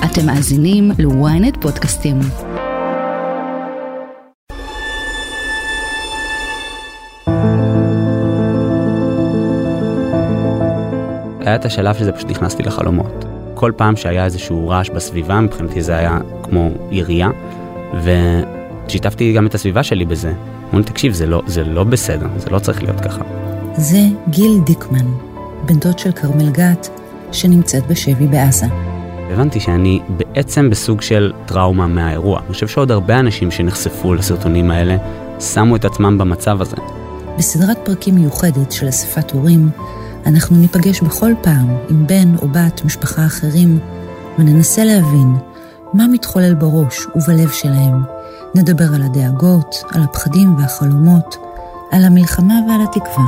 אתם מאזינים ל-ynet פודקאסטים. היה את השלב שזה פשוט נכנסתי לחלומות. כל פעם שהיה איזשהו רעש בסביבה, מבחינתי זה היה כמו ירייה, ושיתפתי גם את הסביבה שלי בזה. אמרו, תקשיב, זה לא בסדר, זה לא צריך להיות ככה. זה גיל דיקמן, בן דוד של כרמל גת, שנמצאת בשבי בעזה. הבנתי שאני בעצם בסוג של טראומה מהאירוע. אני חושב שעוד הרבה אנשים שנחשפו לסרטונים האלה, שמו את עצמם במצב הזה. בסדרת פרקים מיוחדת של אספת הורים, אנחנו ניפגש בכל פעם עם בן או בת משפחה אחרים, וננסה להבין מה מתחולל בראש ובלב שלהם. נדבר על הדאגות, על הפחדים והחלומות, על המלחמה ועל התקווה.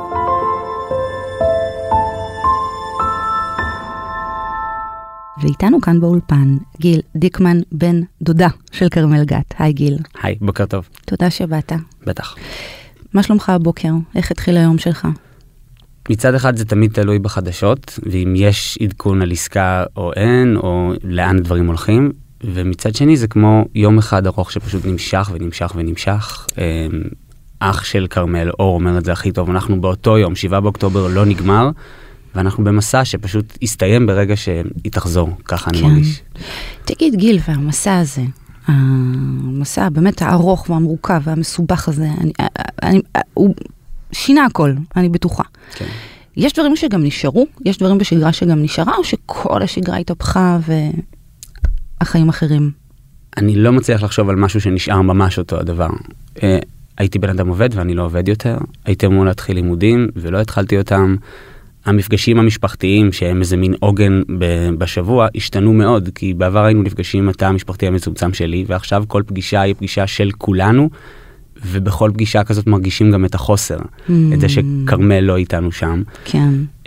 ואיתנו כאן באולפן, גיל דיקמן, בן דודה של כרמל גת. היי גיל. היי, בוקר טוב. תודה שבאת. בטח. מה שלומך הבוקר? איך התחיל היום שלך? מצד אחד זה תמיד תלוי בחדשות, ואם יש עדכון על עסקה או אין, או לאן הדברים הולכים, ומצד שני זה כמו יום אחד ארוך שפשוט נמשך ונמשך ונמשך. אח של כרמל, אור, אומר את זה הכי טוב, אנחנו באותו יום, 7 באוקטובר לא נגמר, ואנחנו במסע שפשוט יסתיים ברגע שהיא תחזור, ככה אני מרגיש. תגיד גיל, והמסע הזה, המסע באמת הארוך והמורכב והמסובך הזה, הוא שינה הכל, אני בטוחה. כן. יש דברים שגם נשארו? יש דברים בשגרה שגם נשארה, או שכל השגרה התהפכה והחיים אחרים? אני לא מצליח לחשוב על משהו שנשאר ממש אותו הדבר. הייתי בן אדם עובד ואני לא עובד יותר. הייתי אמור להתחיל לימודים ולא התחלתי אותם. המפגשים המשפחתיים שהם איזה מין עוגן בשבוע השתנו מאוד, כי בעבר היינו נפגשים עם התא המשפחתי המצומצם שלי, ועכשיו כל פגישה היא פגישה של כולנו, ובכל פגישה כזאת מרגישים גם את החוסר, את זה שכרמל לא איתנו שם. כן.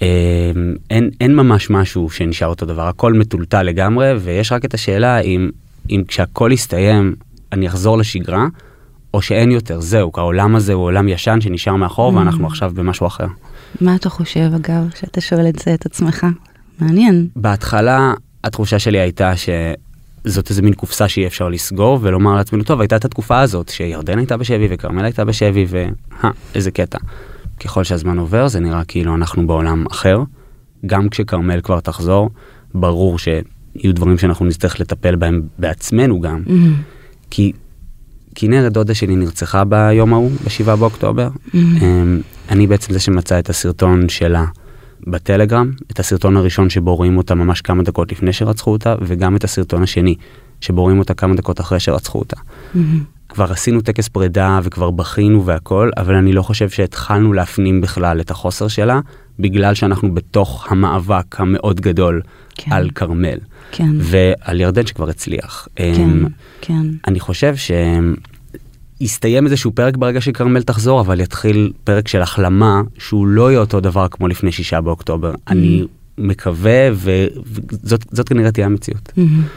אין ממש משהו שנשאר אותו דבר, הכל מטולטל לגמרי, ויש רק את השאלה אם כשהכל יסתיים, אני אחזור לשגרה, או שאין יותר, זהו, כי העולם הזה הוא עולם ישן שנשאר מאחור, ואנחנו עכשיו במשהו אחר. מה אתה חושב, אגב, שאתה שואל את זה את עצמך? מעניין. בהתחלה, התחושה שלי הייתה שזאת איזה מין קופסה שאי אפשר לסגור, ולומר לעצמנו, טוב, הייתה את התקופה הזאת, שירדן הייתה בשבי וכרמל הייתה בשבי, איזה קטע. ככל שהזמן עובר, זה נראה כאילו אנחנו בעולם אחר. גם כשכרמל כבר תחזור, ברור שיהיו דברים שאנחנו נצטרך לטפל בהם בעצמנו גם. כי כנרת דודה שלי נרצחה ביום ההוא, ב7 באוקטובר. אני בעצם זה שמצא את הסרטון שלה בטלגרם, את הסרטון הראשון שבו רואים אותה ממש כמה דקות לפני שרצחו אותה, וגם את הסרטון השני שבו רואים אותה כמה דקות אחרי שרצחו אותה. כבר עשינו טקס פרידה וכבר בכינו והכל, אבל אני לא חושב שהתחלנו להפנים בכלל את החוסר שלה, בגלל שאנחנו בתוך המאבק המאוד גדול על כרמל. כן. ועל ירדן שכבר הצליח. כן. אני חושב שיסתיים איזשהו פרק ברגע שכרמל תחזור, אבל יתחיל פרק של החלמה, שהוא לא יהיה אותו דבר כמו לפני 6 באוקטובר. אני מקווה, וזאת כנראה תהיה המציאות.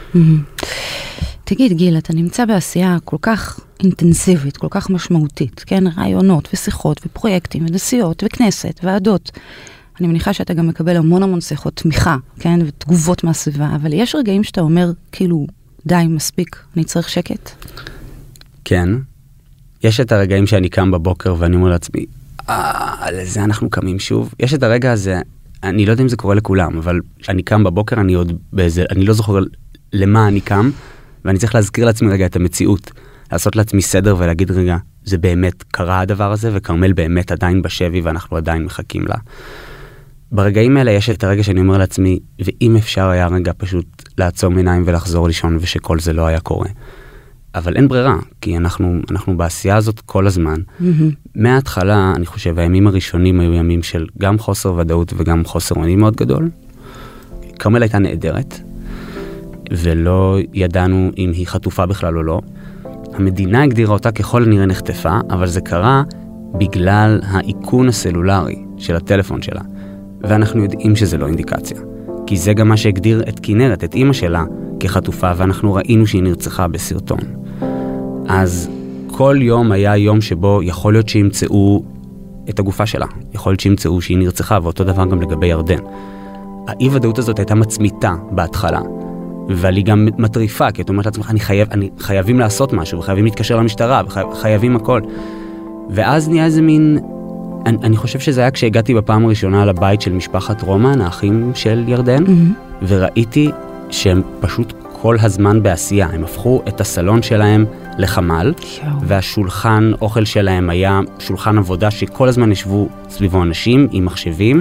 תגיד גיל, אתה נמצא בעשייה כל כך אינטנסיבית, כל כך משמעותית, כן? רעיונות ושיחות ופרויקטים ונסיעות וכנסת ועדות. אני מניחה שאתה גם מקבל המון שיחות תמיכה, כן? ותגובות מהסביבה, אבל יש רגעים שאתה אומר, כאילו, די, מספיק, אני צריך שקט? כן. יש את הרגעים שאני קם בבוקר ואני אומר לעצמי, לזה אנחנו קמים שוב. יש את הרגע הזה, אני לא יודע אם זה קורה לכולם, אבל כשאני קם בבוקר, אני לא זוכר למה אני קם, ואני צריך להזכיר לעצמי רגע את המציאות, לעשות לעצמי סדר ולהגיד רגע, זה באמת קרה הדבר הזה, וכרמל באמת עדיין בשבי ואנחנו עדיין מחכים לה. ברגעים האלה יש את הרגע שאני אומר לעצמי, ואם אפשר היה רגע פשוט לעצום עיניים ולחזור לישון ושכל זה לא היה קורה. אבל אין ברירה, כי אנחנו בעשייה הזאת כל הזמן. מההתחלה, אני חושב, הימים הראשונים היו ימים של גם חוסר ודאות וגם חוסר אונים מאוד גדול. כרמל הייתה נהדרת, ולא ידענו אם היא חטופה בכלל או לא. המדינה הגדירה אותה ככל הנראה נחטפה, אבל זה קרה בגלל האיכון הסלולרי של הטלפון שלה. ואנחנו יודעים שזה לא אינדיקציה. כי זה גם מה שהגדיר את כנרת, את אמא שלה, כחטופה, ואנחנו ראינו שהיא נרצחה בסרטון. אז כל יום היה יום שבו יכול להיות שימצאו את הגופה שלה. יכול להיות שימצאו שהיא נרצחה, ואותו דבר גם לגבי ירדן. האי-ודאות הזאת הייתה מצמיתה בהתחלה. אבל היא גם מטריפה, כי את אומרת לעצמך, חייבים לעשות משהו, וחייבים להתקשר למשטרה, וחייבים הכל. ואז נהיה איזה מין, אני חושב שזה היה כשהגעתי בפעם הראשונה לבית של משפחת רומן, האחים של ירדן, וראיתי שהם פשוט כל הזמן בעשייה. הם הפכו את הסלון שלהם לחמל, והשולחן אוכל שלהם היה שולחן עבודה שכל הזמן ישבו סביבו אנשים עם מחשבים,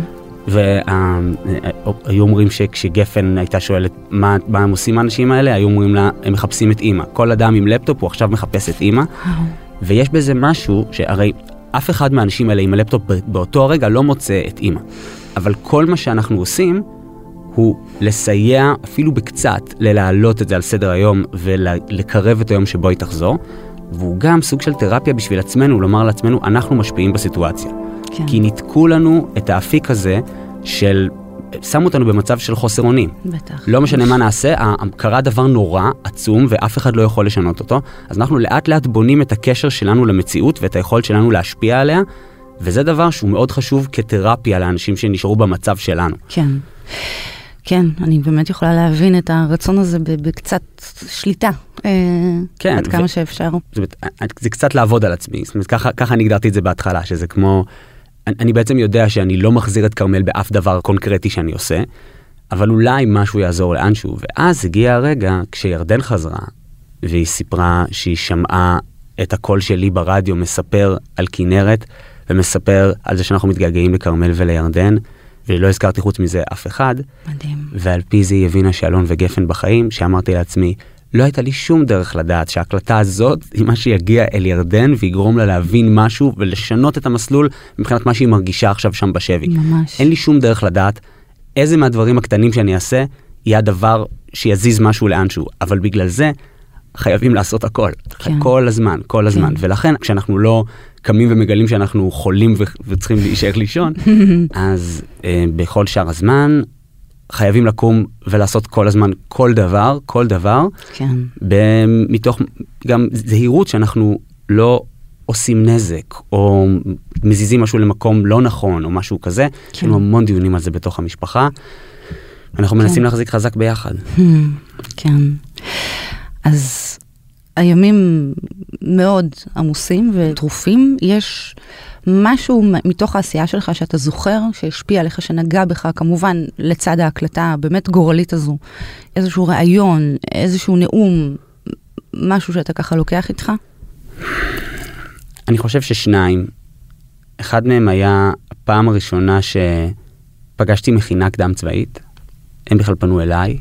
והיו אומרים שכשגפן הייתה שואלת מה הם עושים האנשים האלה, היו אומרים לה, הם מחפשים את אמא. כל אדם עם לפטופ הוא עכשיו מחפש את אמא, ויש בזה משהו שהרי אף אחד מהאנשים האלה עם הלפטופ באותו הרגע לא מוצא את אמא. אבל כל מה שאנחנו עושים הוא לסייע אפילו בקצת ללהעלות את זה על סדר היום ולקרב את היום שבו היא תחזור, והוא גם סוג של תרפיה בשביל עצמנו, לומר לעצמנו, אנחנו משפיעים בסיטואציה. כן. כי ניתקו לנו את האפיק הזה של, שמו אותנו במצב של חוסר אונים. בטח. לא משנה מה נעשה, קרה דבר נורא, עצום, ואף אחד לא יכול לשנות אותו, אז אנחנו לאט לאט בונים את הקשר שלנו למציאות ואת היכולת שלנו להשפיע עליה, וזה דבר שהוא מאוד חשוב כתרפיה לאנשים שנשארו במצב שלנו. כן. כן, אני באמת יכולה להבין את הרצון הזה בקצת שליטה, כן, עד כמה שאפשר. זה קצת לעבוד על עצמי, זאת אומרת, ככה אני הגדרתי את זה בהתחלה, שזה כמו, אני בעצם יודע שאני לא מחזיר את קרמל באף דבר קונקרטי שאני עושה, אבל אולי משהו יעזור לאנשהו, ואז הגיע הרגע כשירדן חזרה, והיא סיפרה שהיא שמעה את הקול שלי ברדיו, מספר על כנרת, ומספר על זה שאנחנו מתגעגעים לקרמל ולירדן, ולא הזכרתי חוץ מזה אף אחד. מדהים. ועל פי זה היא הבינה שאלון וגפן בחיים, שאמרתי לעצמי, לא הייתה לי שום דרך לדעת שההקלטה הזאת היא מה שיגיע אל ירדן, ויגרום לה להבין משהו ולשנות את המסלול מבחינת מה שהיא מרגישה עכשיו שם בשבי. ממש. אין לי שום דרך לדעת איזה מהדברים הקטנים שאני אעשה, יהיה הדבר שיזיז משהו לאנשהו. אבל בגלל זה חייבים לעשות הכל. כן. כל הזמן, כל הזמן. כן. ולכן כשאנחנו לא קמים ומגלים שאנחנו חולים וצריכים להישאר לישון, אז בכל שאר הזמן חייבים לקום ולעשות כל הזמן כל דבר, כן. מתוך גם זהירות שאנחנו לא עושים נזק, או מזיזים משהו למקום לא נכון, או משהו כזה. יש לנו המון דיונים על זה בתוך המשפחה. אנחנו מנסים להחזיק חזק ביחד. כן. אז הימים מאוד עמוסים וטרופים. יש משהו מתוך העשייה שלך שאתה זוכר, שהשפיע עליך, שנגע בך, כמובן לצד ההקלטה באמת גורלית הזו, איזשהו רעיון, איזשהו נאום, משהו שאתה ככה לוקח איתך? אני חושב ששניים. אחד מהם היה הפעם הראשונה שפגשתי מכינה קדם צבאית. הם בכלל פנו אליי,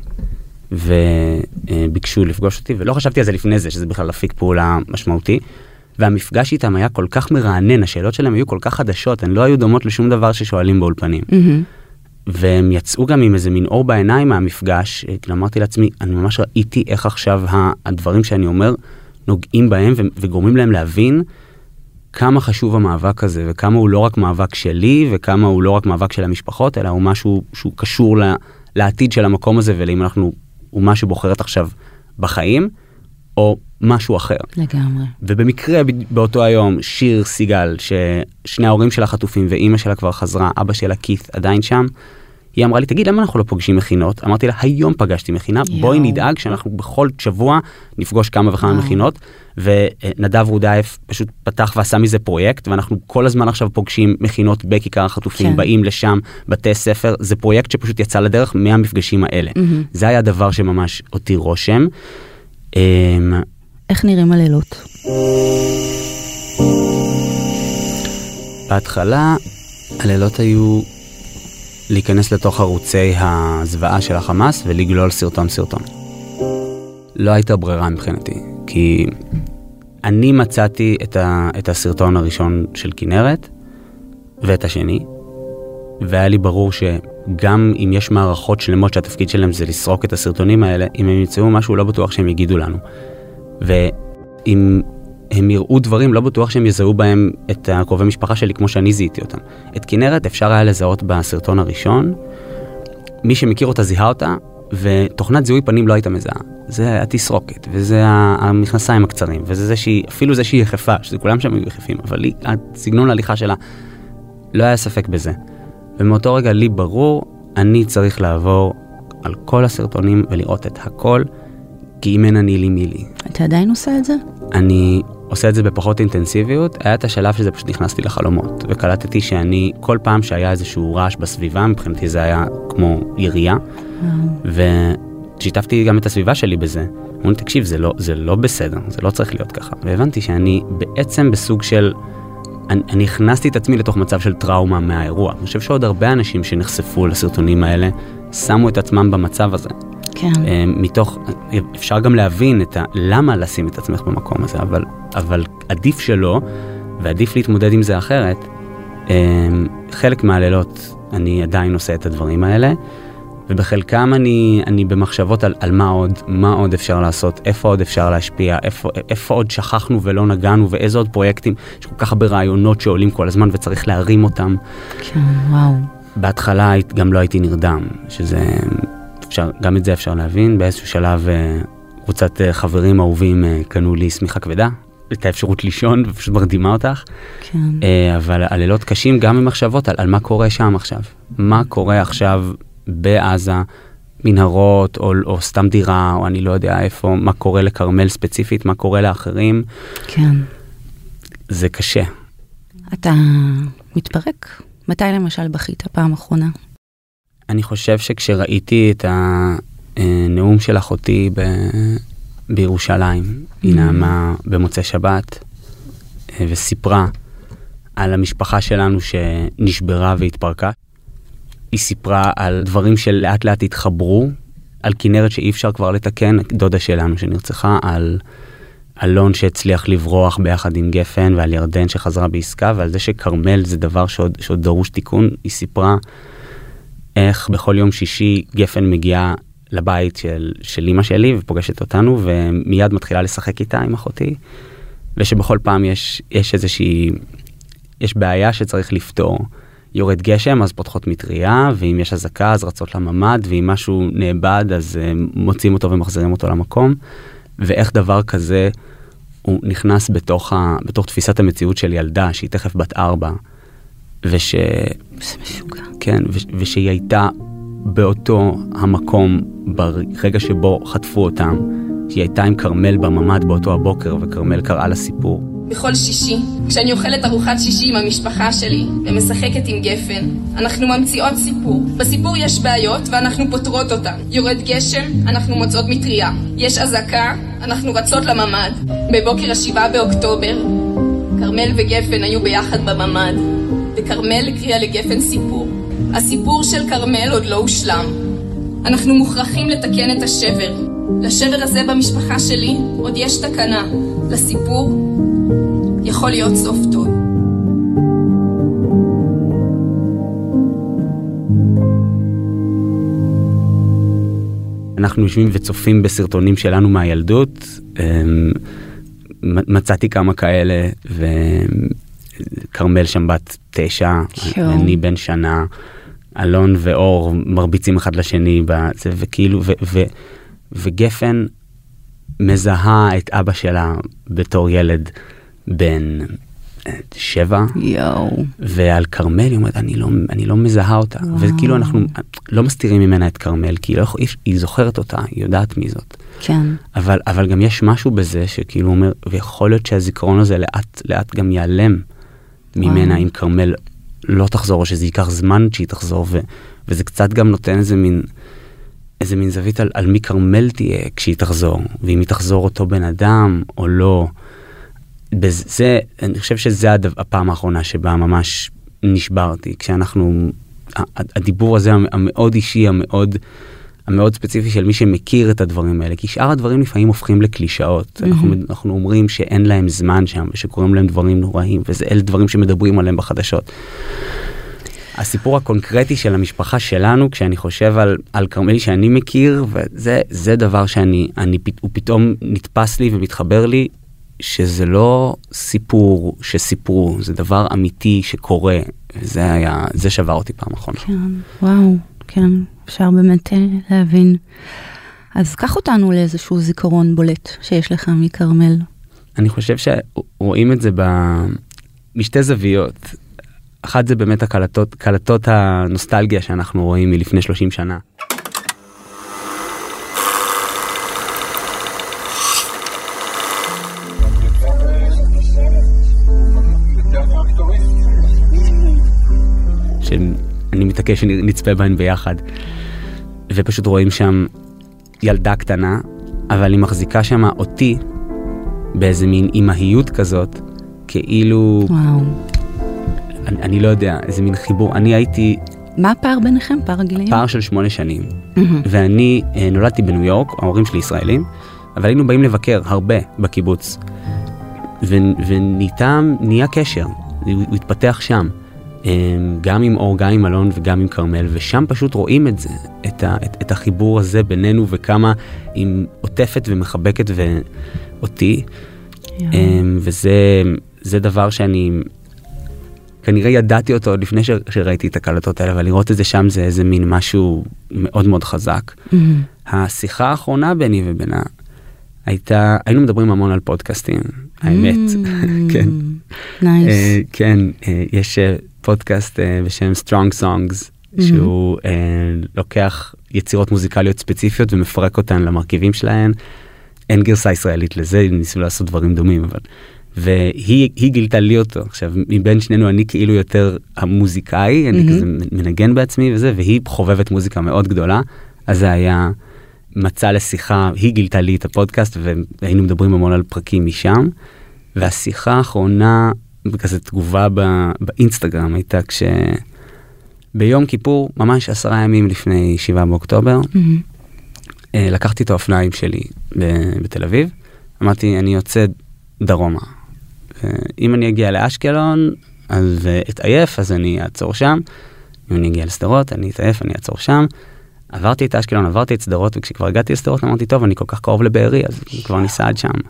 וביקשו לפגוש אותי, ולא חשבתי על זה לפני זה, שזה בכלל אפיק פעולה משמעותי, והמפגש איתם היה כל כך מרענן, השאלות שלהם היו כל כך חדשות, הן לא היו דומות לשום דבר ששואלים באולפנים. והם יצאו גם עם איזה מין אור בעיניים מהמפגש, אמרתי לעצמי, אני ממש ראיתי איך עכשיו הדברים שאני אומר נוגעים בהם, וגורמים להם להבין כמה חשוב המאבק הזה, וכמה הוא לא רק מאבק שלי, וכמה הוא לא רק מאבק של המשפחות, אלא הוא משהו שהוא קשור לעתיד של המקום הזה, ולאם הוא משהו בוחרת עכשיו בחיים, או משהו אחר. לגמרי. ובמקרה באותו היום, שיר סיגל, ששני ההורים שלה חטופים, ואימא שלה כבר חזרה, אבא שלה כית עדיין שם, היא אמרה לי, תגיד, למה אנחנו לא פוגשים מכינות? אמרתי לה, היום פגשתי מכינה, בואי נדאג שאנחנו בכל שבוע נפגוש כמה וכמה מכינות, ונדב רודאייף פשוט פתח ועשה מזה פרויקט, ואנחנו כל הזמן עכשיו פוגשים מכינות בכיכר החטופים, באים לשם, בתי ספר, זה פרויקט שפשוט יצא לדרך מהמפגשים האלה. זה היה דבר שממש אותי רושם. איך נראים הלילות? בהתחלה, הלילות היו להיכנס לתוך ערוצי הזוועה של החמאס ולגלול סרטון. לא הייתה ברירה מבחינתי, כי אני מצאתי את הסרטון הראשון של כנרת ואת השני, והיה לי ברור שגם אם יש מערכות שלמות שהתפקיד שלהם זה לסרוק את הסרטונים האלה, אם הם ימצאו משהו לא בטוח שהם יגידו לנו. ואם הם יראו דברים, לא בטוח שהם יזהו בהם את הקרובי משפחה שלי כמו שאני זיהיתי אותם. את כנרת אפשר היה לזהות בסרטון הראשון, מי שמכיר אותה זיהה אותה, ותוכנת זיהוי פנים לא הייתה מזהה. זה התסרוקת, וזה המכנסיים הקצרים, וזה אפילו זה שהיא יחפה, שזה כולם שם היו יחפים, אבל הסגנון ההליכה שלה, לא היה ספק בזה. ומאותו רגע לי ברור, אני צריך לעבור על כל הסרטונים ולראות את הכל, כי אם אין אני לי מי לי. אתה עדיין עושה את זה? אני עושה את זה בפחות אינטנסיביות. היה את השלב שזה פשוט נכנסתי לחלומות, וקלטתי שאני, כל פעם שהיה איזשהו רעש בסביבה, מבחינתי זה היה כמו ירייה, ושיתפתי גם את הסביבה שלי בזה. אמרו, תקשיב, זה לא בסדר, זה לא צריך להיות ככה. והבנתי שאני בעצם בסוג של, אני הכנסתי את עצמי לתוך מצב של טראומה מהאירוע. אני חושב שעוד הרבה אנשים שנחשפו לסרטונים האלה, שמו את עצמם במצב הזה. כן. מתוך, אפשר גם להבין למה לשים את עצמך במקום הזה, אבל עדיף שלא, ועדיף להתמודד עם זה אחרת. חלק מהלילות אני עדיין עושה את הדברים האלה, ובחלקם אני במחשבות על מה עוד אפשר לעשות, איפה עוד אפשר להשפיע, איפה עוד שכחנו ולא נגענו, ואיזה עוד פרויקטים, יש כל כך הרבה רעיונות שעולים כל הזמן וצריך להרים אותם. כן, וואו. בהתחלה גם לא הייתי נרדם, שזה גם את זה אפשר להבין. באיזשהו שלב קבוצת חברים אהובים קנו לי שמיכה כבדה, את האפשרות לישון ופשוט מרדימה אותך. כן. אבל הלילות קשים גם עם מחשבות על מה קורה שם עכשיו. מה קורה עכשיו בעזה, מנהרות או סתם דירה, או אני לא יודע איפה, מה קורה לקרמל ספציפית, מה קורה לאחרים. כן. זה קשה. אתה מתפרק? מתי למשל בכית פעם אחרונה? אני חושב שכשראיתי את הנאום של אחותי בירושלים, היא נעמה במוצאי שבת, וסיפרה על המשפחה שלנו שנשברה והתפרקה. היא סיפרה על דברים שלאט לאט התחברו, על כנרת שאי אפשר כבר לתקן, דודה שלנו שנרצחה, על אלון שהצליח לברוח ביחד עם גפן, ועל ירדן שחזרה בעסקה, ועל זה שקרמל זה דבר שעוד דרוש תיקון. היא סיפרה איך בכל יום שישי גפן מגיעה לבית של אמא שלי ופוגשת אותנו, ומיד מתחילה לשחק איתה עם אחותי, ושבכל פעם יש איזושהי, יש בעיה שצריך לפתור. יורד גשם, אז פותחות מטריה, ואם יש הזקה, אז רצות לממד, ואם משהו נאבד, אז מוצאים אותו ומחזירים אותו למקום, ואיך דבר כזה הוא נכנס בתוך תפיסת המציאות של ילדה, שהיא תכף בת 4, זה משוגע. כן, ושהיא הייתה באותו המקום ברגע שבו חטפו אותם, שהיא הייתה עם קרמל בממד באותו הבוקר, וקרמל קראה לה סיפור. בכל שישי, כשאני אוכלת ארוחת שישי עם המשפחה שלי ומשחקת עם גפן, אנחנו ממציאות סיפור. בסיפור יש בעיות ואנחנו פותרות אותן. יורד גשם, אנחנו מוצאות מטריה. יש אזעקה, אנחנו רצות לממד. בבוקר 7 באוקטובר, קרמל וגפן היו ביחד בממד, וקרמל הקריאה לגפן סיפור. הסיפור של קרמל עוד לא הושלם. אנחנו מוכרחים לתקן את השבר. לשבר הזה במשפחה שלי עוד יש תקנה. לסיפור יכול להיות סוף טוב. אנחנו יושבים וצופים בסרטונים שלנו מהילדות, מצאתי כמה כאלה, וקרמל שם בת 9, אני בן שנה, אלון ואור מרביצים אחד לשני, וכאילו, וגפן מזהה את אבא שלה בתור ילד בן 7, ועל קרמל היא אומרת, אני לא מזהה אותה, וכאילו אנחנו לא מסתירים ממנה את קרמל, כי היא זוכרת אותה, היא יודעת מי זאת. כן. אבל גם יש משהו בזה שכאילו אומר, ויכול להיות שהזיכרון הזה לאט גם ייעלם ממנה, אם קרמל לא תחזור, או שזה ייקח זמן שהיא תחזור, וזה קצת גם נותן איזה מין זווית על מי קרמל תהיה כשהיא תחזור, ואם היא תחזור אותו בן אדם או לא. בזה, אני חושב שזה הפעם האחרונה שבה ממש נשברתי, כשאנחנו, הדיבור הזה המאוד אישי, המאוד ספציפי של מי שמכיר את הדברים האלה, כי שאר הדברים לפעמים הופכים לקלישאות. אנחנו אומרים שאין להם זמן שם, ושקוראים להם דברים נוראים, אלה דברים שמדברים עליהם בחדשות. הסיפור הקונקרטי של המשפחה שלנו, כשאני חושב על קרמלי שאני מכיר, וזה דבר הוא פתאום נתפס לי ומתחבר לי, שזה לא סיפור שסיפרו, זה דבר אמיתי שקורה, זה שבר אותי פעם אחרונה. כן, וואו, כן, אפשר באמת להבין. אז קח אותנו לאיזשהו זיכרון בולט שיש לך מקרמל. אני חושב שרואים את זה משתי זוויות. אחת זה באמת קלטות הנוסטלגיה שאנחנו רואים מלפני 30 שנה. שאני מתעקש שנצפה בהן ביחד. ופשוט רואים שם ילדה קטנה, אבל היא מחזיקה שם אותי באיזה מין אימהיות כזאת, כאילו... וואו. אני לא יודע, איזה מין חיבור. אני הייתי... מה הפער ביניכם? פער הגילאים? פער של 8 שנים. ואני נולדתי בניו יורק, ההורים שלי ישראלים, אבל היינו באים לבקר הרבה בקיבוץ. ונהיה קשר, הוא התפתח שם. גם עם אור, גם עם אלון וגם עם קרמל, ושם פשוט רואים את זה, את החיבור הזה בינינו, וכמה היא עוטפת ומחבקת אותי. וזה דבר שאני כנראה ידעתי אותו עוד לפני שראיתי את הקלטות האלה, אבל לראות את זה שם זה איזה מין משהו מאוד מאוד חזק. השיחה האחרונה ביני ובינה היינו מדברים המון על פודקאסטים, האמת. כן. נייס. כן, יש פודקאסט בשם Strong Songs, שהוא לוקח יצירות מוזיקליות ספציפיות ומפרק אותן למרכיבים שלהן. אין גרסה ישראלית לזה, ניסו לעשות דברים דומים, אבל... והיא גילתה לי אותו. עכשיו, מבין שנינו אני כאילו יותר המוזיקאי, אני כזה מנגן בעצמי וזה, והיא חובבת מוזיקה מאוד גדולה, אז זה היה מצא לשיחה, היא גילתה לי את הפודקאסט, והיינו מדברים המון על פרקים משם, והשיחה האחרונה, כזה תגובה באינסטגרם, הייתה ביום כיפור, ממש 10 ימים לפני 7 באוקטובר, לקחתי את האופניים שלי בתל אביב, אמרתי, אני יוצא דרומה. אם אני אגיע לאשקלון, אז אתעייף, אז אני אעצור שם. אם אני אגיע לסדרות, אני אתעייף, אני אעצור שם. עברתי את אשקלון, עברתי את סדרות, וכשכבר הגעתי לסדרות, אמרתי, טוב, אני כל כך קרוב לבארי, אז כבר ניסע עד שם.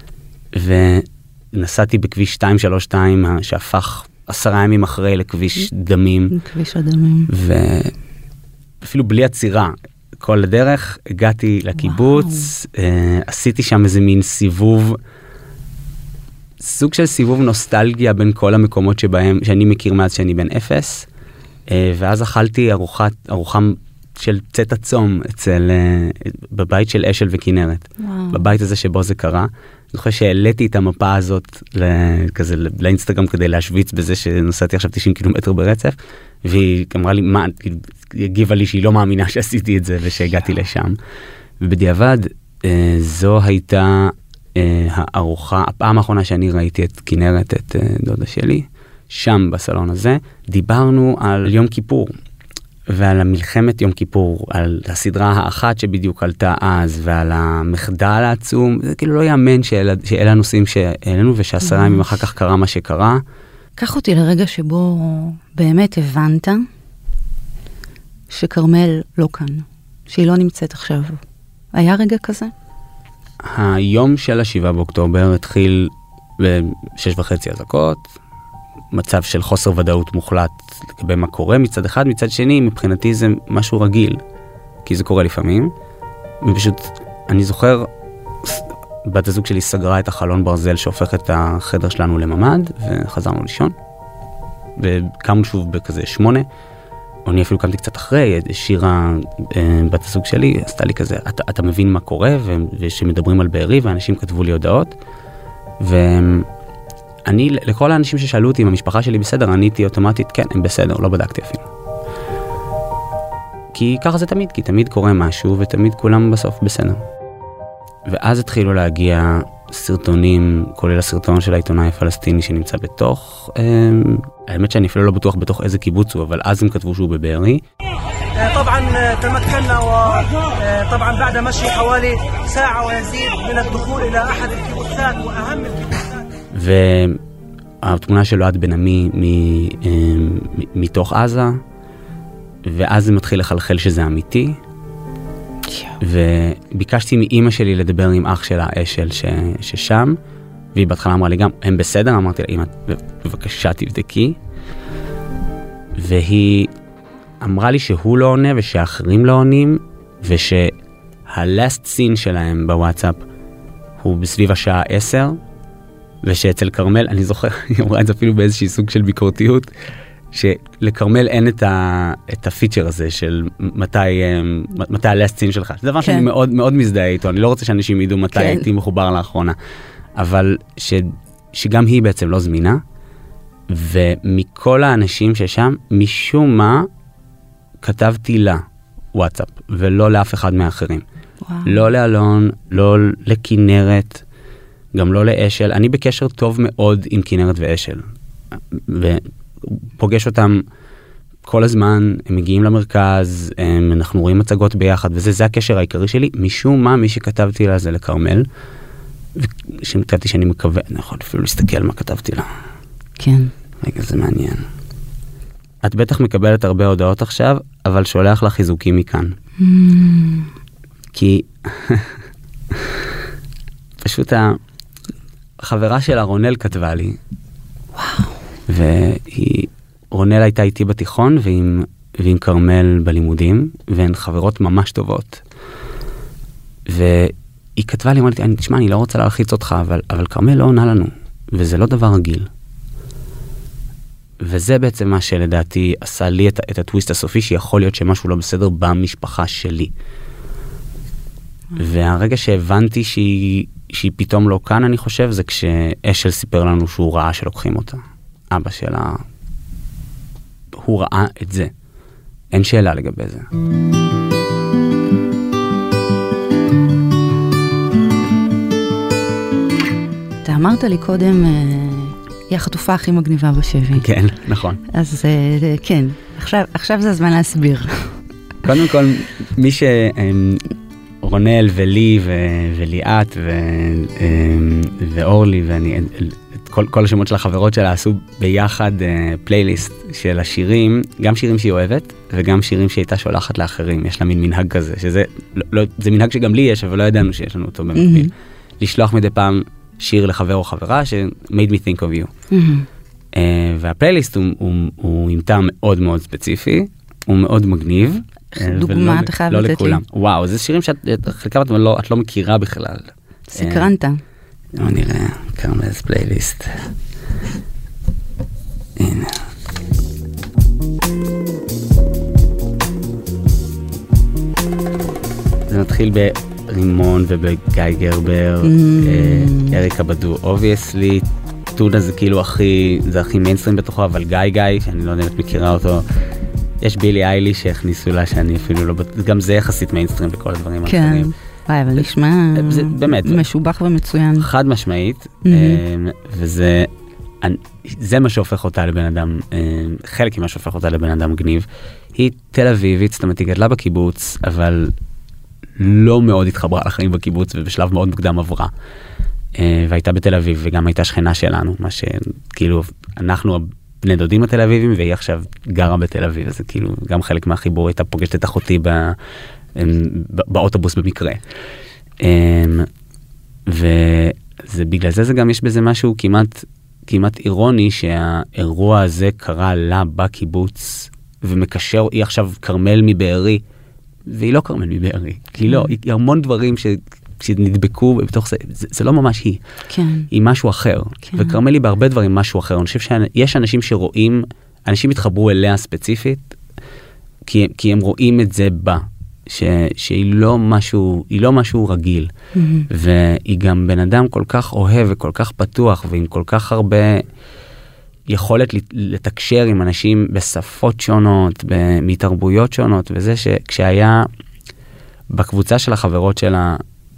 ונסעתי בכביש 232, שהפך 10 ימים אחרי לכביש דמים. כביש הדמים. ואפילו בלי עצירה, כל הדרך, הגעתי לקיבוץ, עשיתי שם איזה מין סיבוב, סוג של סיבוב נוסטלגיה בין כל המקומות שבהם, שאני מכיר מאז שאני בן 0, ואז אכלתי ארוחה של צאת הצום בבית של אשל וכנרת. בבית הזה שבו זה קרה. אני חושב שהעליתי את המפה הזאת כזה לאינסטגרם כדי להשוויץ בזה שנסעתי עכשיו 90 קילומטר ברצף, והיא אמרה לי, היא הגיבה לי שהיא לא מאמינה שעשיתי את זה ושהגעתי לשם. ובדיעבד, זו הייתה הארוחה, הפעם האחרונה שאני ראיתי את כנרת, את דודה שלי, שם בסלון הזה, דיברנו על יום כיפור, ועל המלחמת יום כיפור, על הסדרה האחת שבדיוק עלתה אז, ועל המחדל העצום, זה כאילו לא יאמן שאלה הנושאים שהעלינו, ש10 ימים אחר כך קרה מה שקרה. קח אותי לרגע שבו באמת הבנת שקרמל לא כאן, שהיא לא נמצאת עכשיו. היה רגע כזה? היום של 7 באוקטובר התחיל ב6:30 אזעקות, מצב של חוסר ודאות מוחלט לגבי מה קורה מצד אחד, מצד שני מבחינתי זה משהו רגיל, כי זה קורה לפעמים, ופשוט אני זוכר, בת הזוג שלי סגרה את החלון ברזל שהופך את החדר שלנו לממד, וחזרנו לישון, וקמנו שוב בכזה 8, אני אפילו קמתי קצת אחרי, שירה בת הזוג שלי עשתה לי כזה, אתה מבין מה קורה, ושמדברים על בארי, ואנשים כתבו לי הודעות, ואני, לכל האנשים ששאלו אותי אם המשפחה שלי בסדר, עניתי אוטומטית, כן, הם בסדר, לא בדקתי אפילו. כי ככה זה תמיד, כי תמיד קורה משהו, ותמיד כולם בסוף בסדר. ואז התחילו להגיע סרטונים, כולל הסרטון של העיתונאי הפלסטיני שנמצא בתוך, האמת שאני אפילו לא בטוח בתוך איזה קיבוץ הוא, אבל אז הם כתבו שהוא בבארי. طبعا تمكنا وطبعا بعد مشي حوالي ساعة ويزيد من الدخول إلى أحد الكيبوتات وأهم الكيبوتات. והתמונה של אוהד בן עמי מתוך עזה, ואז זה מתחיל לחלחל שזה אמיתי. וביקשתי מאמא שלי לדבר עם אח שלה, אשל, ששם, והיא בהתחלה אמרה לי גם, הם בסדר? אמרתי לה, אמא, בבקשה תבדקי. והיא אמרה לי שהוא לא עונה ושאחרים לא עונים, ושהלאסט סין שלהם בוואטסאפ הוא בסביב השעה 10, ושאצל קרמל, אני זוכר, היא אמרה את זה אפילו באיזושהי סוג של ביקורתיות, שלקרמל אין את הפיצ'ר הזה של מתי הלאסט סין שלך. זה דבר שאני מאוד מאוד מזדהה איתו, אני לא רוצה שאנשים ידעו מתי הייתי מחובר לאחרונה, אבל שגם היא בעצם לא זמינה, ומכל האנשים ששם, משום מה, כתבתי לה וואטסאפ, ולא לאף אחד מהאחרים. לא לאלון, לא לכינרת, גם לא לאשל. אני בקשר טוב מאוד עם כינרת ואשל. ופוגש אותם כל הזמן, הם מגיעים למרכז, אנחנו רואים מצגות ביחד, וזה הקשר העיקרי שלי. משום מה, מי שכתבתי לה זה לקרמל, וכתבתי שאני מקווה, אני יכול אפילו להסתכל מה כתבתי לה. כן. רגע, זה מעניין. את בטח מקבלת הרבה הודעות עכשיו, אבל שולח לך חיזוקים מכאן. כי פשוט החברה שלה, רונל, כתבה לי. וואו. רונל הייתה איתי בתיכון, ועם קרמל בלימודים, והן חברות ממש טובות. והיא כתבה לי, אמרתי, תשמע, אני לא רוצה להלחיץ אותך, אבל קרמל לא עונה לנו, וזה לא דבר רגיל. וזה בעצם מה שלדעתי עשה לי את הטוויסט הסופי, שיכול להיות שמשהו לא בסדר במשפחה שלי. והרגע שהבנתי שהיא פתאום לא כאן, אני חושב, זה כשאשל סיפר לנו שהוא ראה שלוקחים אותה. אבא שלה, הוא ראה את זה. אין שאלה לגבי זה. אתה אמרת לי קודם, היא החטופה הכי מגניבה בשבי. כן, נכון. אז כן, עכשיו זה הזמן להסביר. קודם כל, מי רונל ולי וליאת ואורלי ואני, כל השמות של החברות שלה עשו ביחד פלייליסט של השירים, גם שירים שהיא אוהבת וגם שירים שהיא הייתה שולחת לאחרים. יש לה מין מנהג כזה, שזה זה מנהג שגם לי יש, אבל לא ידענו שיש לנו אותו במקביל. לשלוח מדי פעם שיר לחבר או חברה ש-made me think of you. והפלייליסט הוא עם טעם מאוד מאוד ספציפי, הוא מאוד מגניב. דוגמה, אתה חייב לתת לי. וואו, זה שירים שחלקם את לא מכירה בכלל. סקרנת. נראה, קרמל's פלייליסט. הנה. זה מתחיל ברימון ובגיא גרבר, אריקה בדו, obviously, טונה זה כאילו הכי מיינסטרים בתוכו, אבל גיא, שאני לא יודע אם את מכירה אותו, יש בילי איילי שהכניסו לה שאני אפילו לא, גם זה יחסית מיינסטרים בכל הדברים האחרים. כן, וואי, אבל נשמע משובח ומצוין. חד משמעית, וזה מה שהופך אותה לבן אדם, חלק ממה שהופך אותה לבן אדם גניב. היא תל אביבית, זאת אומרת, היא גדלה בקיבוץ, אבל לא מאוד התחברה לחיים בקיבוץ, ובשלב מאוד מוקדם עברה. והייתה בתל אביב, וגם הייתה שכנה שלנו, מה שכאילו, אנחנו בני דודים התל אביבים, והיא עכשיו גרה בתל אביב, אז זה כאילו גם חלק מהחיבור, הייתה פוגשת את אחותי באוטובוס במקרה. ובגלל זה גם יש בזה משהו כמעט אירוני, שהאירוע הזה קרה לה בקיבוץ, ומקשר, היא עכשיו קרמל מבארי, והיא לא קרמל מבארי, היא לא, היא המון דברים שנדבקו בתוך זה, זה לא ממש היא. כן. היא משהו אחר. כן. וקרמל היא בהרבה דברים משהו אחר. אני חושב שיש אנשים שרואים, אנשים התחברו אליה ספציפית, כי הם רואים את זה בה, שהיא לא משהו רגיל. והיא גם בן אדם כל כך אוהב וכל כך פתוח, ועם כל כך הרבה יכולת לתקשר עם אנשים בשפות שונות, מתרבויות שונות, וזה שכשהיה בקבוצה של החברות שלה,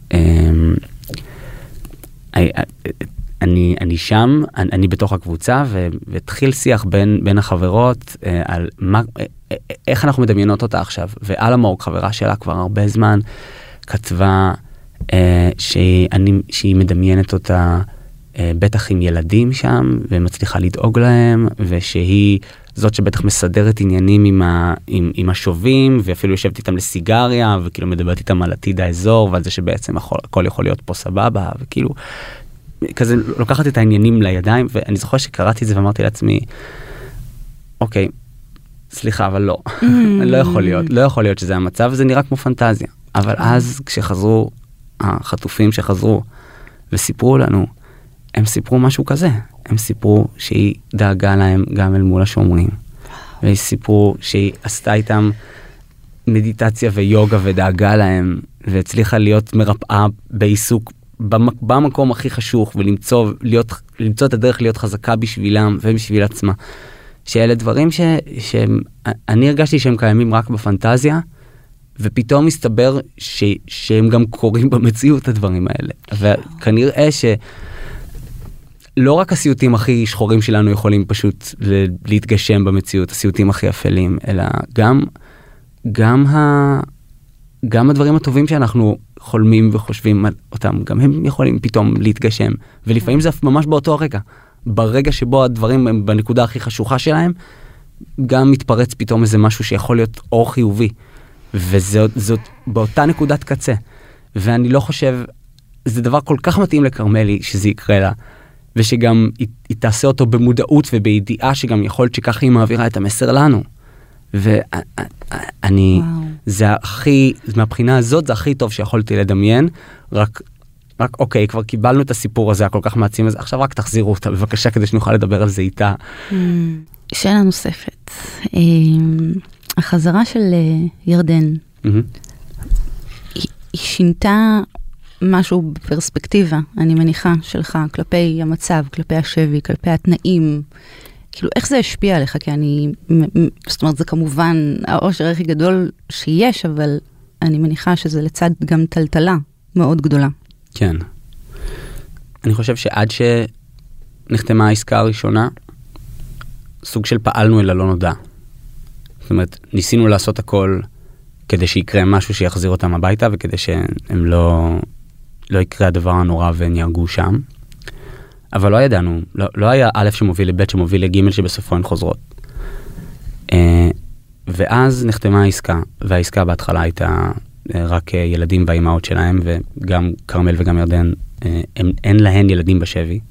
אני שם, אני בתוך הקבוצה, והתחיל שיח בין החברות על איך אנחנו מדמיינות אותה עכשיו. ועל המורג, חברה שלה כבר הרבה זמן, כתבה שהיא מדמיינת אותה בטח עם ילדים שם, ומצליחה לדאוג להם, ושהיא זאת שבטח מסדרת עניינים עם השובים, ואפילו יושבת איתם לסיגריה, וכאילו מדברת איתם על עתיד האזור, ועל זה שבעצם הכל יכול להיות פה סבבה, וכאילו, כזה לוקחת את העניינים לידיים, ואני זוכר שקראתי את זה ואמרתי לעצמי, אוקיי, סליחה, אבל לא. לא יכול להיות שזה המצב, זה נראה כמו פנטזיה. אבל אז כשחזרו, החטופים שחזרו וסיפרו לנו, הם סיפרו משהו כזה. הם סיפרו שהיא דאגה להם גם אל מול השומרים. והיא סיפרו שהיא עשתה איתם מדיטציה ויוגה ודאגה להם, והצליחה להיות מרפאה בעיסוק במקום הכי חשוך, ולמצוא את הדרך להיות חזקה בשבילם ובשביל עצמה. שאלה דברים שאני הרגשתי שהם קיימים רק בפנטזיה, ופתאום מסתבר שהם גם קורים במציאות הדברים האלה. וכנראה שלא רק הסיוטים הכי שחורים שלנו יכולים פשוט להתגשם במציאות, הסיוטים הכי אפלים, אלא גם הדברים הטובים שאנחנו חולמים וחושבים אותם, גם הם יכולים פתאום להתגשם. ולפעמים זה ממש באותו הרגע. ברגע שבו הדברים הם בנקודה הכי חשוכה שלהם, גם מתפרץ פתאום איזה משהו שיכול להיות אור חיובי. וזאת באותה נקודת קצה. ואני לא חושב, זה דבר כל כך מתאים לקרמלי שזה יקרה לה, ושגם היא תעשה אותו במודעות ובידיעה שגם יכול להיות שככה היא מעבירה את המסר לנו. ואני, זה הכי, מהבחינה הזאת זה הכי טוב שיכולתי לדמיין, רק אוקיי, כבר קיבלנו את הסיפור הזה, הכל כך מעצים, אז עכשיו רק תחזירו אותה, בבקשה, כדי שנוכל לדבר על זה איתה. שאלה נוספת. החזרה של ירדן, היא שינתה משהו בפרספקטיבה, אני מניחה, שלך, כלפי המצב, כלפי השבי, כלפי התנאים. כאילו, איך זה השפיע עליך? כי זאת אומרת, זה כמובן האושר הכי גדול שיש, אבל אני מניחה שזה לצד גם טלטלה מאוד גדולה. כן. אני חושב שעד שנחתמה העסקה הראשונה, סוג של פעלנו אל הלא נודע. זאת אומרת, ניסינו לעשות הכל כדי שיקרה משהו שיחזיר אותם הביתה, וכדי שהם לא יקרה הדבר הנורא והם ירגו שם. אבל לא ידענו, לא היה א' שמוביל לב' שמוביל לג' שבסופו הן חוזרות. ואז נחתמה העסקה, והעסקה בהתחלה הייתה רק ילדים והאימהות שלהם, וגם קרמל וגם ירדן, אין להן ילדים בשבי.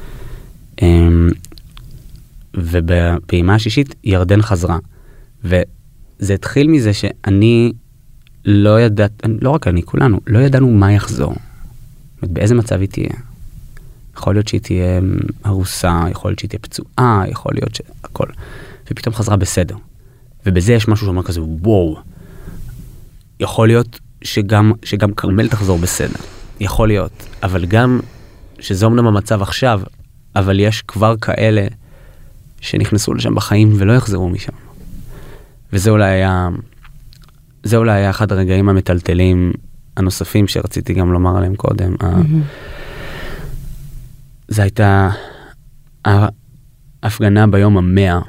ובפעימה השישית ירדן חזרה. וזה התחיל מזה שאני לא ידעת, לא רק אני, כולנו, לא ידענו מה יחזור. באיזה מצב היא תהיה. יכול להיות שהיא תהיה הרוסה, יכול להיות שהיא תהיה פצועה, יכול להיות שהכל. ופתאום חזרה בסדר. ובזה יש משהו שאומר כזה, וואו, יכול להיות שגם קרמל תחזור בסדר. יכול להיות. אבל גם שזה אומנם המצב עכשיו, אבל יש כבר כאלה שנכנסו לשם בחיים ולא יחזרו משם. וזה אולי היה אחד הרגעים המטלטלים הנוספים שרציתי גם לומר עליהם קודם. זה הייתה ההפגנה ביום ה-100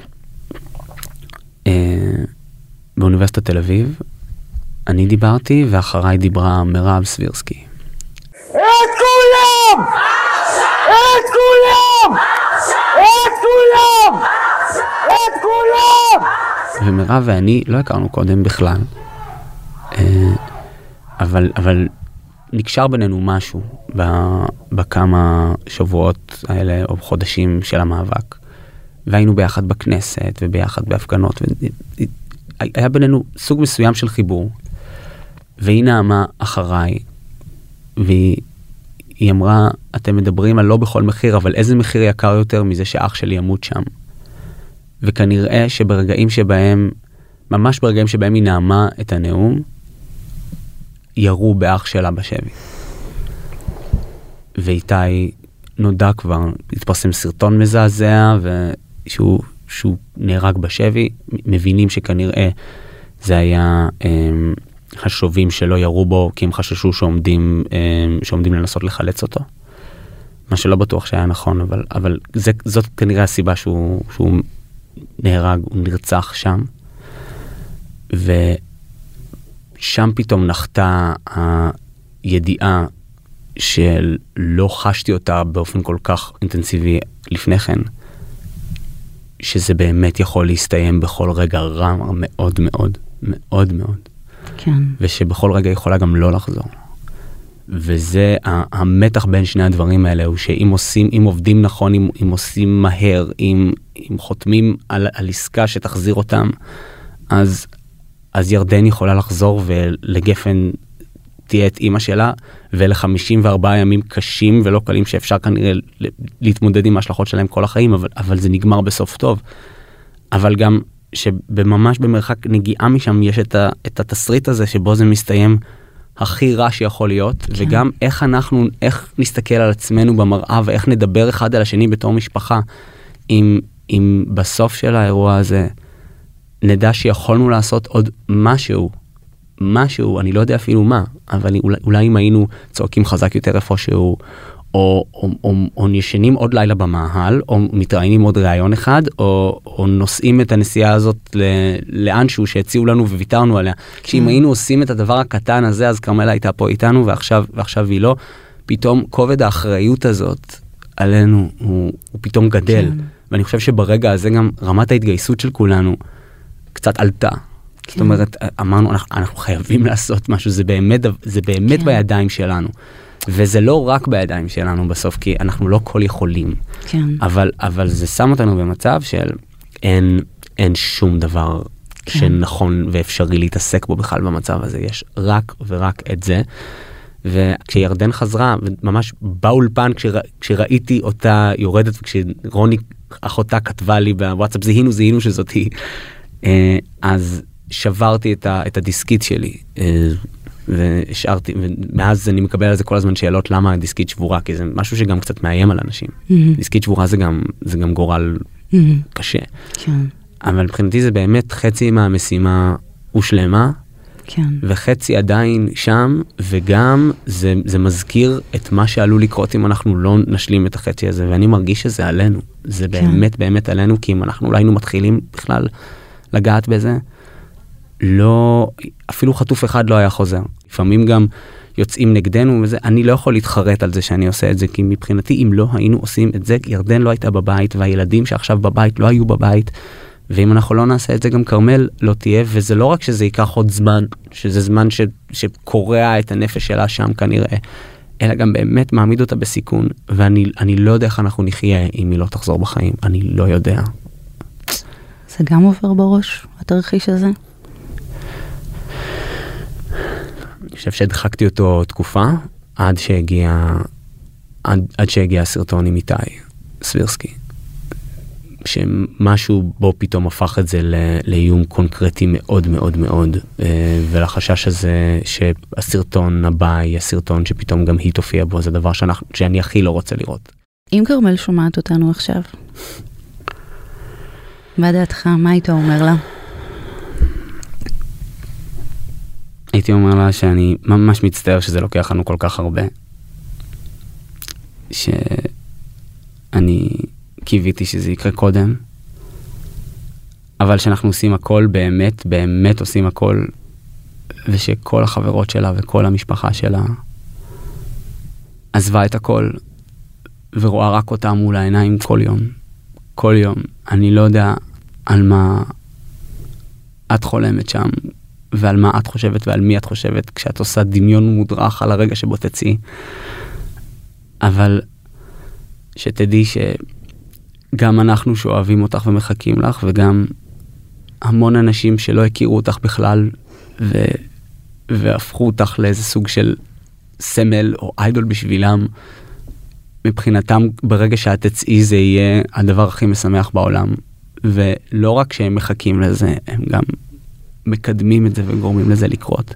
באוניברסיטת תל אביב. אני דיברתי ואחריי דיברה מירב סבירסקי. את כולם! את כולם! את כולם! את כולם! ומירב ואני לא הכרנו קודם בכלל. אבל נקשר בינינו משהו בכמה שבועות האלה או חודשים של המאבק. והיינו ביחד בכנסת וביחד בהפגנות. היה בינינו סוג מסוים של חיבור. והיא נעמה אחריי, והיא אמרה, אתם מדברים על לא בכל מחיר, אבל איזה מחיר יקר יותר מזה שאח שלי ימות שם. וכנראה שברגעים שבהם, ממש ברגעים שבהם היא נעמה את הנאום, ירו באח שלה בשבי. ואיתי נודע כבר, התפרסם סרטון מזעזע, שהוא נהרג בשבי, מבינים שכנראה זה היה השובים שלא ירו בו, כי הם חששו שעומדים לנסות לחלץ אותו. מה שלא בטוח שהיה נכון, אבל זאת כנראה הסיבה שהוא נהרג, הוא נרצח שם. ושם פתאום נחתה הידיעה שלא חשתי אותה באופן כל כך אינטנסיבי לפני כן, שזה באמת יכול להסתיים בכל רגע רע מאוד מאוד מאוד מאוד. כן. ושבכל רגע יכולה גם לא לחזור. וזה המתח בין שני הדברים האלה, הוא שאם עובדים נכון, אם עושים מהר, אם חותמים על עסקה שתחזיר אותם, אז ירדן יכולה לחזור ולגפן תהיה את אמא שלה, ול-54 ימים קשים ולא קלים שאפשר כנראה להתמודד עם ההשלכות שלהם כל החיים, אבל זה נגמר בסוף טוב. אבל גם שבממש במרחק נגיעה משם יש את התסריט הזה שבו זה מסתיים הכי רע שיכול להיות, וגם איך נסתכל על עצמנו במראה, ואיך נדבר אחד על השני בתור משפחה, אם בסוף של האירוע הזה, נדע שיכולנו לעשות עוד משהו, אני לא יודע אפילו מה, אבל אולי אם היינו צועקים חזק יותר איפשהו, או ישנים עוד לילה במאהל, או מתראיינים עוד ראיון אחד, או נוסעים את הנסיעה הזאת לאנשהו שהציעו לנו וויתרנו עליה. שאם היינו עושים את הדבר הקטן הזה, אז קרמלה הייתה פה איתנו, ועכשיו היא לא. פתאום כובד האחריות הזאת עלינו, הוא פתאום גדל. ואני חושב שברגע הזה גם רמת ההתגייסות של כולנו קצת עלתה. זאת אומרת, אמרנו, אנחנו חייבים לעשות משהו, זה באמת בידיים שלנו. וזה לא רק בידיים שלנו בסוף, כי אנחנו לא כל יכולים. כן. אבל זה שם אותנו במצב של אין שום דבר שנכון ואפשרי להתעסק בו בכלל במצב הזה. יש רק ורק את זה. וכשירדן חזרה, ממש באולפן, כשראיתי אותה יורדת, וכשרוני אחותה כתבה לי בוואטסאפ, זיהינו שזאת היא, אז שברתי את הדיסקית שלי, והשארתי, ומאז אני מקבל על זה כל הזמן שאלות למה הדיסקית שבורה, כי זה משהו שגם קצת מאיים על אנשים. דיסקית שבורה זה גם גורל קשה. אבל מבחינתי זה באמת חצי מהמשימה הושלמה, וחצי עדיין שם, וגם זה מזכיר את מה שעלול לקרות אם אנחנו לא נשלים את החצי הזה, ואני מרגיש שזה עלינו. זה באמת באמת עלינו, כי אם אנחנו אולי היינו מתחילים בכלל לגעת בזה, לא, אפילו חטוף אחד לא היה חוזר. לפעמים גם יוצאים נגדנו, וזה, אני לא יכול להתחרט על זה שאני עושה את זה, כי מבחינתי אם לא היינו עושים את זה, ירדן לא הייתה בבית, והילדים שעכשיו בבית לא היו בבית, ואם אנחנו לא נעשה את זה, גם קרמל לא תהיה, וזה לא רק שזה ייקח עוד זמן, שזה זמן שקורע את הנפש שלה שם כנראה, אלא גם באמת מעמיד אותה בסיכון, ואני לא יודע איך אנחנו נחיה אם היא לא תחזור בחיים, אני לא יודע. זה גם עובר בראש, התרחיש הזה? אני חושב שהדחקתי אותו תקופה, עד שהגיע הסרטון עם איתי סבירסקי. שמשהו בו פתאום הפך את זה לאיום קונקרטי מאוד מאוד מאוד, ולחשש הזה שהסרטון הבא יהיה סרטון שפתאום גם היא תופיע בו, זה דבר שאני הכי לא רוצה לראות. אם כרמל שומעת אותנו עכשיו, מה דעתך? מה היית אומר לה? הייתי אומר לה שאני ממש מצטער שזה לוקח לנו כל כך הרבה. שאני קיוויתי שזה יקרה קודם. אבל שאנחנו עושים הכל באמת, באמת עושים הכל. ושכל החברות שלה וכל המשפחה שלה עזבה את הכל. ורואה רק אותה מול העיניים כל יום. כל יום. אני לא יודע על מה את חולמת שם. ועל מה את חושבת ועל מי את חושבת כשאת עושה דמיון מודרך על הרגע שבו תצאי. אבל שתדעי שגם אנחנו שאוהבים אותך ומחכים לך, וגם המון אנשים שלא הכירו אותך בכלל והפכו אותך לאיזה סוג של סמל או איידול בשבילם, מבחינתם ברגע שאת תצאי זה יהיה הדבר הכי משמח בעולם. ולא רק שהם מחכים לזה, הם גם מקדמים את זה וגורמים לזה לקרות.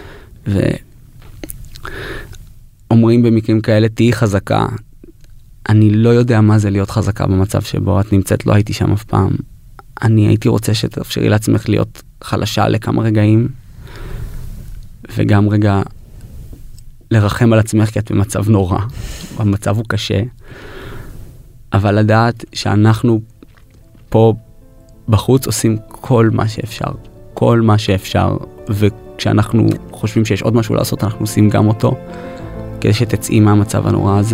ואומרים במקרים כאלה, תהי חזקה. אני לא יודע מה זה להיות חזקה במצב שבו את נמצאת, לא הייתי שם אף פעם. אני הייתי רוצה שתאפשרי לעצמך להיות חלשה לכמה רגעים, וגם רגע לרחם על עצמך, כי את במצב נורא. המצב הוא קשה. אבל לדעת שאנחנו פה בחוץ עושים כל מה שאפשר. כל מה שאפשר, וכשאנחנו חושבים שיש עוד משהו לעשות, אנחנו עושים גם אותו, כדי שתצאי מהמצב הנורא הזה.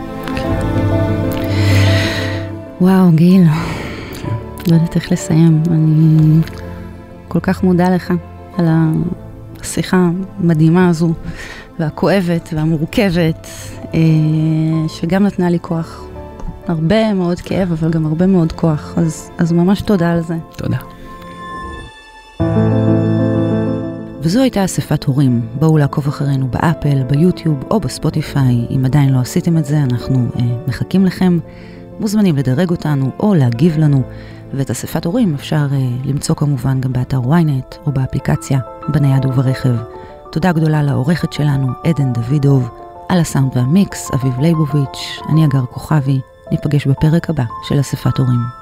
וואו, גיל. לא יודעת איך לסיים. אני כל כך מודה לך על השיחה המדהימה הזו, והכואבת והמורכבת, שגם נתנה לי כוח. הרבה מאוד כאב, אבל גם הרבה מאוד כוח. אז ממש תודה על זה. תודה. וזו הייתה אספת הורים. בואו לעקוב אחרינו באפל, ביוטיוב או בספוטיפיי. אם עדיין לא עשיתם את זה, אנחנו מחכים לכם. מוזמנים לדרג אותנו או להגיב לנו. ואת אספת הורים אפשר למצוא כמובן גם באתר ynet או באפליקציה, בנייד וברכב. תודה גדולה לעורכת שלנו, עדן דוידוב, על הסאונד והמיקס, אביב ליבוביץ', אני אגר כוכבי, ניפגש בפרק הבא של אספת הורים.